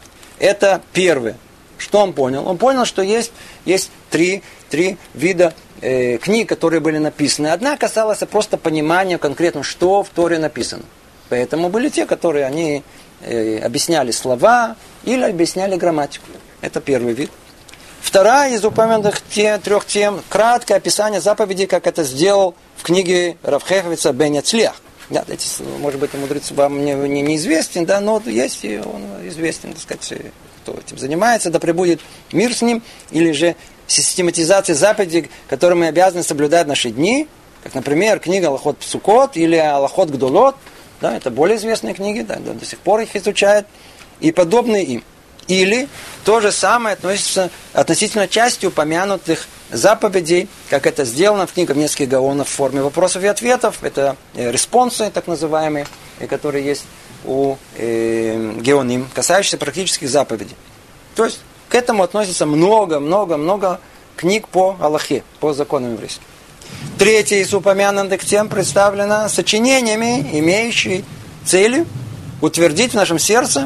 Это первое. Что он понял? Он понял, что есть, есть три, три вида э, книг, которые были написаны. Одна касалась просто понимания конкретно, что в Торе написано. Поэтому были те, которые они э, объясняли слова или объясняли грамматику. Это первый вид. Вторая из упомянутых те, трех тем – краткое описание заповедей, как это сделал в книге Рав Хефевица Бен Яцлиах. Да, эти, может быть, мудрец вам не, не, не известен, да, но есть, и он известен, так сказать, кто этим занимается, да пребудет мир с ним, или же систематизация заповедей, которые мы обязаны соблюдать в наши дни, как, например, книга Алахот Псукот или Алахот Гдолот, да, это более известные книги, да, до сих пор их изучают, и подобные им. Или то же самое относится относительно части упомянутых заповедей, как это сделано в книгах нескольких гаонов в форме вопросов и ответов. Это респонсы, так называемые, которые есть у э, геоним, касающиеся практических заповедей. То есть к этому относится много-много-много книг по Аллахе, по законам еврейским. Третья из упомянутых тем представлена сочинениями, имеющими целью утвердить в нашем сердце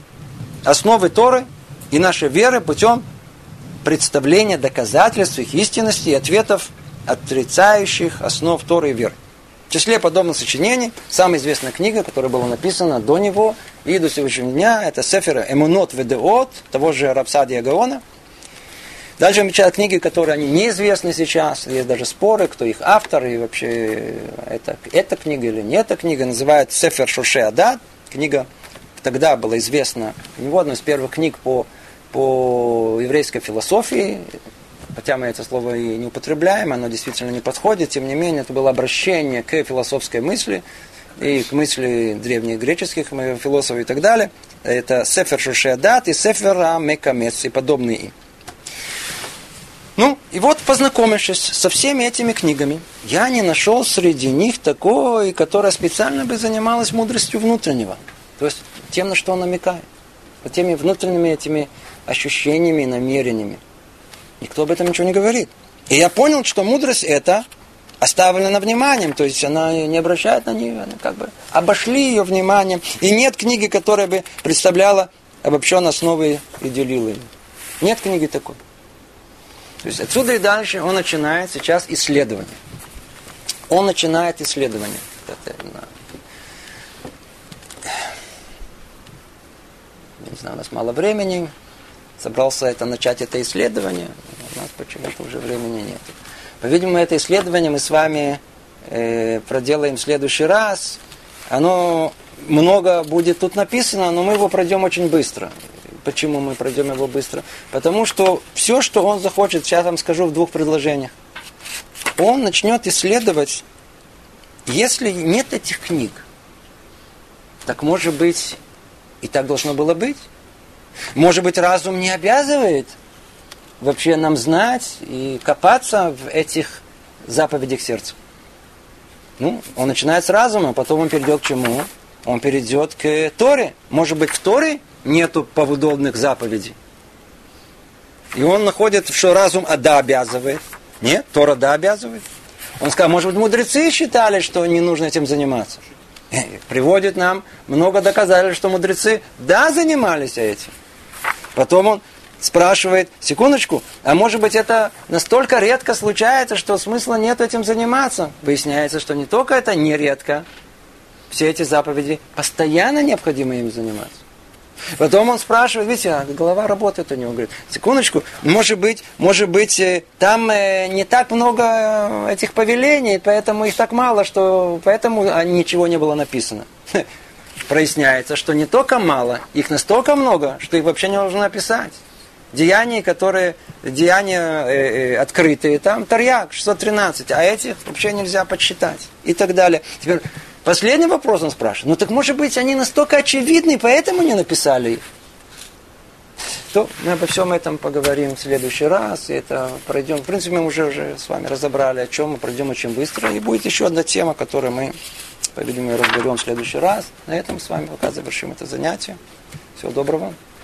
основы Торы и нашей веры путем представления доказательств их истинности и ответов, отрицающих основ Торы и веры. В числе подобных сочинений самая известная книга, которая была написана до него и до сегодняшнего дня, это Сефер Эмунот Ведеот, того же Рав Саадья Гаона. Дальше отмечают книги, которые они неизвестны сейчас, есть даже споры, кто их автор, и вообще это, эта книга или не эта книга, называется Сефер Шоше Адат, книга тогда была известна, у него одна из первых книг по по еврейской философии, хотя мы это слово и не употребляем, оно действительно не подходит, тем не менее, это было обращение к философской мысли и к мысли древних греческих философов и так далее. Это Сефер Шушеадат и Сефер Амекамец и подобные им. Ну, и вот, познакомившись со всеми этими книгами, я не нашел среди них такой, которая специально бы занималась мудростью внутреннего. То есть тем, на что он намекает. Вот теми внутренними этими ощущениями и намерениями. Никто об этом ничего не говорит. И я понял, что мудрость это оставлена вниманием. То есть она не обращает на нее, она как бы обошли ее вниманием. И нет книги, которая бы представляла обобщенные основы и делила ее. Нет книги такой. То есть отсюда и дальше он начинает сейчас исследование. Он начинает исследование. Не знаю, у нас мало времени. Собрался это начать это исследование. У нас почему-то уже времени нет. По-видимому, это исследование мы с вами э, проделаем в следующий раз. Оно много будет тут написано, но мы его пройдем очень быстро. Почему мы пройдем его быстро? Потому что все, что он захочет, сейчас вам скажу в двух предложениях. Он начнет исследовать, если нет этих книг, так может быть, и так должно было быть. Может быть, разум не обязывает вообще нам знать и копаться в этих заповедях сердца. Ну, он начинает с разума, потом он перейдет к чему? Он перейдет к Торе. Может быть, в Торе нету повудобных заповедей. И он находит, что разум а да обязывает. Нет, Тора да обязывает. Он сказал, может быть, мудрецы считали, что не нужно этим заниматься. Приводит нам много доказательств, что мудрецы да занимались этим. Потом он спрашивает, секундочку, а может быть это настолько редко случается, что смысла нет этим заниматься. Выясняется, что не только это нередко, все эти заповеди постоянно необходимо им заниматься. Потом он спрашивает, видите, а голова работает у него, говорит, секундочку, может быть, может быть, там не так много этих повелений, поэтому их так мало, что поэтому ничего не было написано. Проясняется, что не только мало, их настолько много, что их вообще не нужно написать. Деяния, которые, деяния э, э, открытые, там Тарьяк шестьсот тринадцать, а этих вообще нельзя подсчитать. И так далее. Теперь последний вопрос он спрашивает. Ну так может быть они настолько очевидны, поэтому не написали их. То мы обо всем этом поговорим в следующий раз. И это пройдем. В принципе, мы уже, уже с вами разобрали, о чем мы пройдем очень быстро. И будет еще одна тема, которую мы, по-видимому, разберем в следующий раз. На этом с вами пока завершим это занятие. Всего доброго.